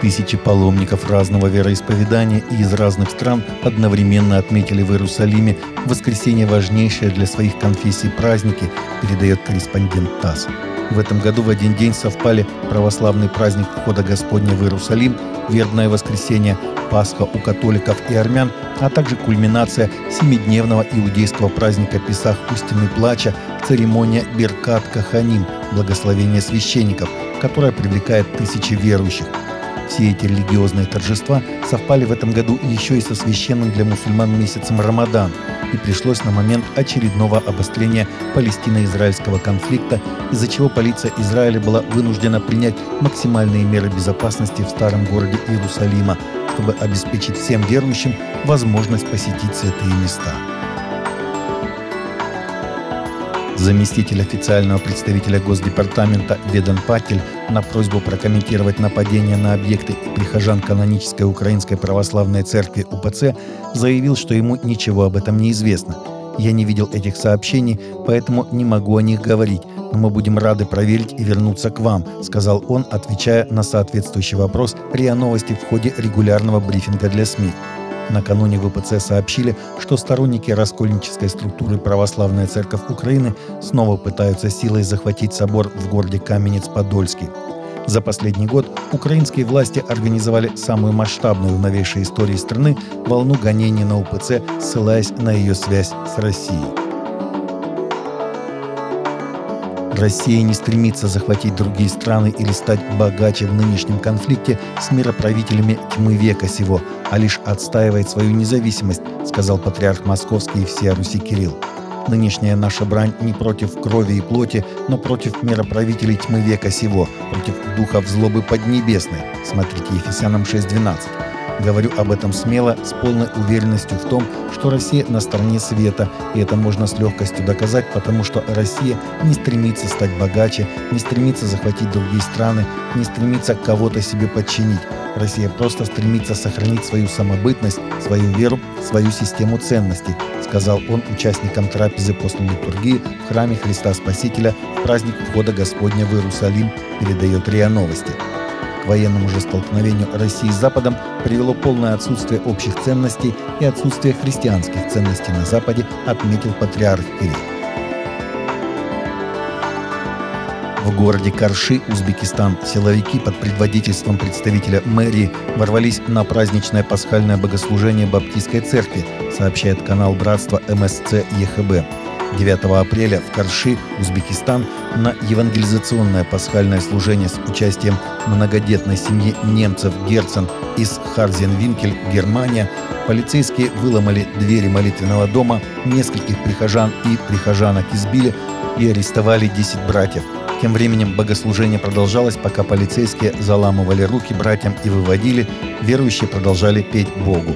Тысячи паломников разного вероисповедания и из разных стран одновременно отметили в Иерусалиме в воскресенье важнейшие для своих конфессий праздники, передает корреспондент ТАСС. В этом году в один день совпали православный праздник Входа Господня в Иерусалим, Вербное воскресенье, Пасха у католиков и армян, а также кульминация семидневного иудейского праздника Песах у Стены Плача, церемония Беркат Каханим, благословение священников, которая привлекает тысячи верующих. Все эти религиозные торжества совпали в этом году еще и со священным для мусульман месяцем Рамадан, и пришлось на момент очередного обострения палестино-израильского конфликта, из-за чего полиция Израиля была вынуждена принять максимальные меры безопасности в старом городе Иерусалима, чтобы обеспечить всем верующим возможность посетить святые места. Заместитель официального представителя Госдепартамента Ведан Патель на просьбу прокомментировать нападение на объекты и прихожан канонической Украинской Православной Церкви УПЦ заявил, что ему ничего об этом не известно. «Я не видел этих сообщений, поэтому не могу о них говорить, но мы будем рады проверить и вернуться к вам», сказал он, отвечая на соответствующий вопрос РИА Новости в ходе регулярного брифинга для СМИ. Накануне в УПЦ сообщили, что сторонники раскольнической структуры Православная Церковь Украины снова пытаются силой захватить собор в городе Каменец-Подольский. За последний год украинские власти организовали самую масштабную в новейшей истории страны волну гонений на УПЦ, ссылаясь на ее связь с Россией. Россия не стремится захватить другие страны или стать богаче в нынешнем конфликте с мироправителями тьмы века сего, а лишь отстаивает свою независимость, сказал патриарх Московский и всея Руси Кирилл. Нынешняя наша брань не против крови и плоти, но против мироправителей тьмы века сего, против духов злобы поднебесной. Смотрите Ефесянам 6:12. Говорю об этом смело, с полной уверенностью в том, что Россия на стороне света, и это можно с легкостью доказать, потому что Россия не стремится стать богаче, не стремится захватить другие страны, не стремится кого-то себе подчинить. Россия просто стремится сохранить свою самобытность, свою веру, свою систему ценностей, сказал он участникам трапезы после литургии в храме Христа Спасителя в праздник Входа Господня в Иерусалим, передает РИА Новости. К военному же столкновению России с Западом привело полное отсутствие общих ценностей и отсутствие христианских ценностей на Западе, отметил патриарх Кирилл. В городе Карши, Узбекистан, силовики под предводительством представителя мэрии ворвались на праздничное пасхальное богослужение Баптистской церкви, сообщает канал братства МСЦ ЕХБ. 9 апреля в Карши, Узбекистан, на евангелизационное пасхальное служение с участием многодетной семьи немцев Герцен из Харзенвинкель, Германия, полицейские выломали двери молитвенного дома, нескольких прихожан и прихожанок избили и арестовали 10 братьев. Тем временем богослужение продолжалось, пока полицейские заламывали руки братьям и выводили, верующие продолжали петь Богу.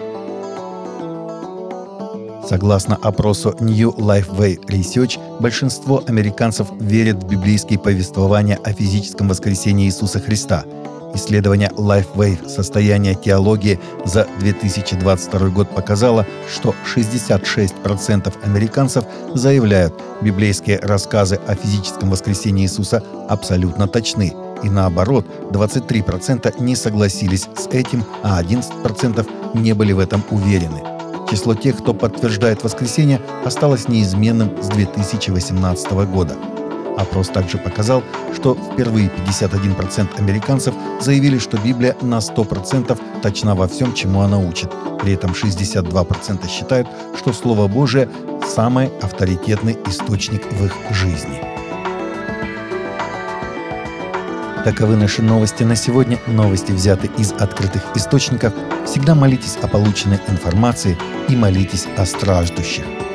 Согласно опросу New Lifeway Research, большинство американцев верят в библейские повествования о физическом воскресении Иисуса Христа. Исследование Lifeway «Состояние теологии» за 2022 год показало, что 66% американцев заявляют, библейские рассказы о физическом воскресении Иисуса абсолютно точны. И наоборот, 23% не согласились с этим, а 11% не были в этом уверены. Число тех, кто подтверждает воскресение, осталось неизменным с 2018 года. Опрос также показал, что впервые 51% американцев заявили, что Библия на 100% точна во всем, чему она учит. При этом 62% считают, что Слово Божие – самый авторитетный источник в их жизни. Таковы наши новости на сегодня. Новости взяты из открытых источников. Всегда молитесь о полученной информации и молитесь о страждущих.